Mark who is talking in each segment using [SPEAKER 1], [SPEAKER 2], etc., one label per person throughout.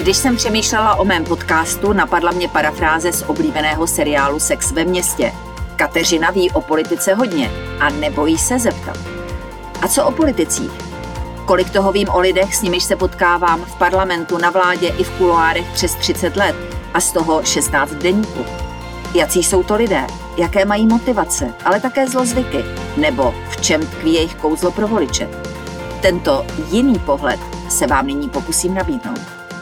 [SPEAKER 1] Když jsem přemýšlela o mém podcastu, napadla mě parafráze z oblíbeného seriálu Sex ve městě. Kateřina ví o politice hodně a nebojí se zeptat. A co o politicích? Kolik toho vím o lidech, s nimiž se potkávám v parlamentu, na vládě i v kuloárech přes 30 let a z toho 16 deníků. Jací jsou to lidé? Jaké mají motivace, ale také zlozvyky? Nebo v čem tkví jejich kouzlo pro voliče? Tento jiný pohled se vám nyní pokusím nabídnout.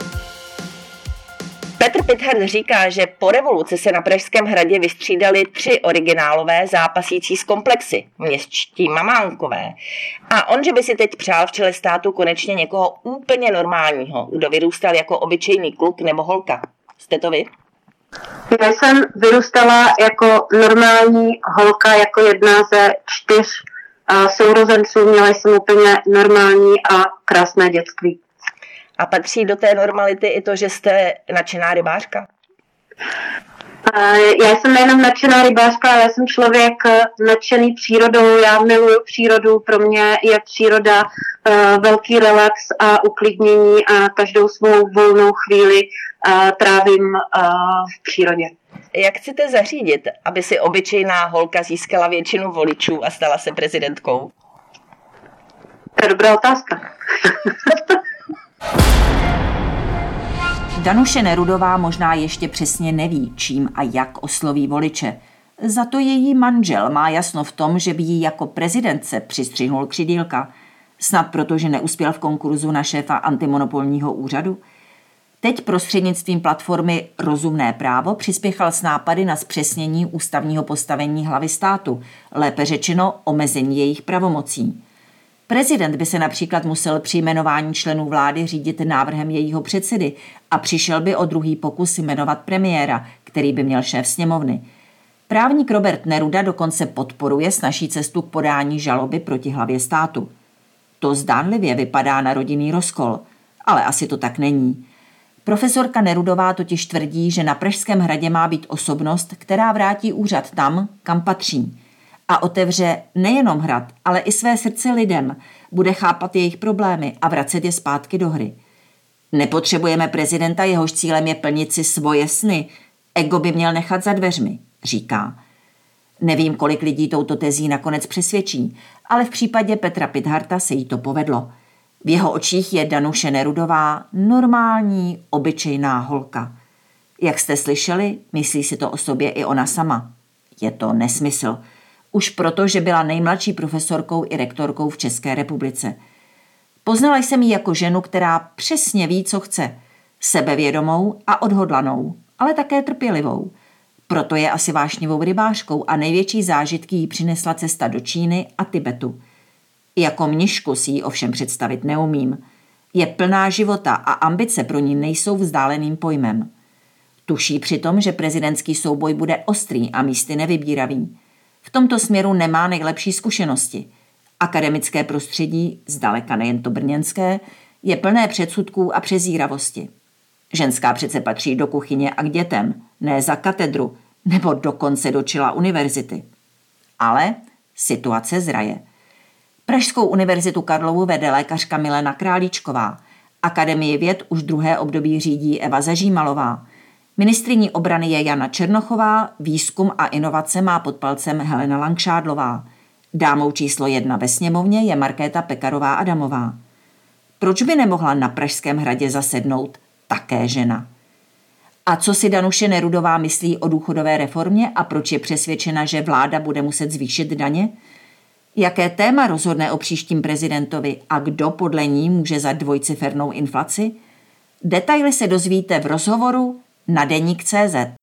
[SPEAKER 2] Petr Pithart říká, že po revoluci se na Pražském hradě vystřídali 3 originálové zápasící s komplexy, městští mamánkové. A on, že by si teď přál v čele státu konečně někoho úplně normálního, kdo vyrůstal jako obyčejný kluk nebo holka. Jste to vy?
[SPEAKER 3] Já jsem vyrůstala jako normální holka, jako jedna ze 4 sourozenců. Měla jsem úplně normální a krásné dětství.
[SPEAKER 2] A patří do té normality i to, že jste nadšená rybářka?
[SPEAKER 3] Já jsem nejenom nadšená rybářka, ale já jsem člověk nadšený přírodou. Já miluju přírodu, pro mě je příroda velký relax a uklidnění a každou svou volnou chvíli trávím v přírodě.
[SPEAKER 2] Jak chcete zařídit, aby si obyčejná holka získala většinu voličů a stala se prezidentkou?
[SPEAKER 3] To je dobrá otázka.
[SPEAKER 1] Danuše Nerudová možná ještě přesně neví, čím a jak osloví voliče. Za to její manžel má jasno v tom, že by jí jako prezidentce přistřihnul křidýlka. Snad proto, že neuspěl v konkurzu na šéfa antimonopolního úřadu. Teď prostřednictvím platformy Rozumné právo přispěchal s nápady na zpřesnění ústavního postavení hlavy státu, lépe řečeno omezení jejich pravomocí. Prezident by se například musel při jmenování členů vlády řídit návrhem jejího předsedy a přišel by o druhý pokus jmenovat premiéra, který by měl šéf sněmovny. Právník Robert Neruda dokonce podporuje snazší cestu k podání žaloby proti hlavě státu. To zdánlivě vypadá na rodinný rozkol, ale asi to tak není. Profesorka Nerudová totiž tvrdí, že na Pražském hradě má být osobnost, která vrátí úřad tam, kam patří. A otevře nejenom hrad, ale i své srdce lidem, bude chápat jejich problémy a vracet je zpátky do hry. Nepotřebujeme prezidenta, jehož cílem je plnit si svoje sny. Ego by měl nechat za dveřmi, říká. Nevím, kolik lidí touto tezí nakonec přesvědčí, ale v případě Petra Pitharta se jí to povedlo. V jeho očích je Danuše Nerudová normální, obyčejná holka. Jak jste slyšeli, myslí si to o sobě i ona sama. Je to nesmysl. Už proto, že byla nejmladší profesorkou i rektorkou v České republice. Poznala jsem ji jako ženu, která přesně ví, co chce. Sebevědomou a odhodlanou, ale také trpělivou. Proto je asi vášnivou rybářkou a největší zážitky jí přinesla cesta do Číny a Tibetu. Jako mnišku si ji ovšem představit neumím. Je plná života a ambice pro ní nejsou vzdáleným pojmem. Tuší přitom, že prezidentský souboj bude ostrý a místy nevybíravý. V tomto směru nemá nejlepší zkušenosti. Akademické prostředí, zdaleka nejen to brněnské, je plné předsudků a přezíravosti. Ženská přece patří do kuchyně a k dětem, ne za katedru, nebo dokonce do čela univerzity. Ale situace zraje. Pražskou univerzitu Karlovu vede lékařka Milena Králíčková. Akademii věd už 2. období řídí Eva Zažímalová. Ministryní obrany je Jana Černochová, výzkum a inovace má pod palcem Helena Langšádlová. Dámou číslo 1 ve sněmovně je Markéta Pekarová Adamová. Proč by nemohla na Pražském hradě zasednout také žena? A co si Danuše Nerudová myslí o důchodové reformě a proč je přesvědčena, že vláda bude muset zvýšit daně? Jaké téma rozhodne o příštím prezidentovi a kdo podle ní může za dvojcifernou inflaci? Detaily se dozvíte v rozhovoru na Deník.cz.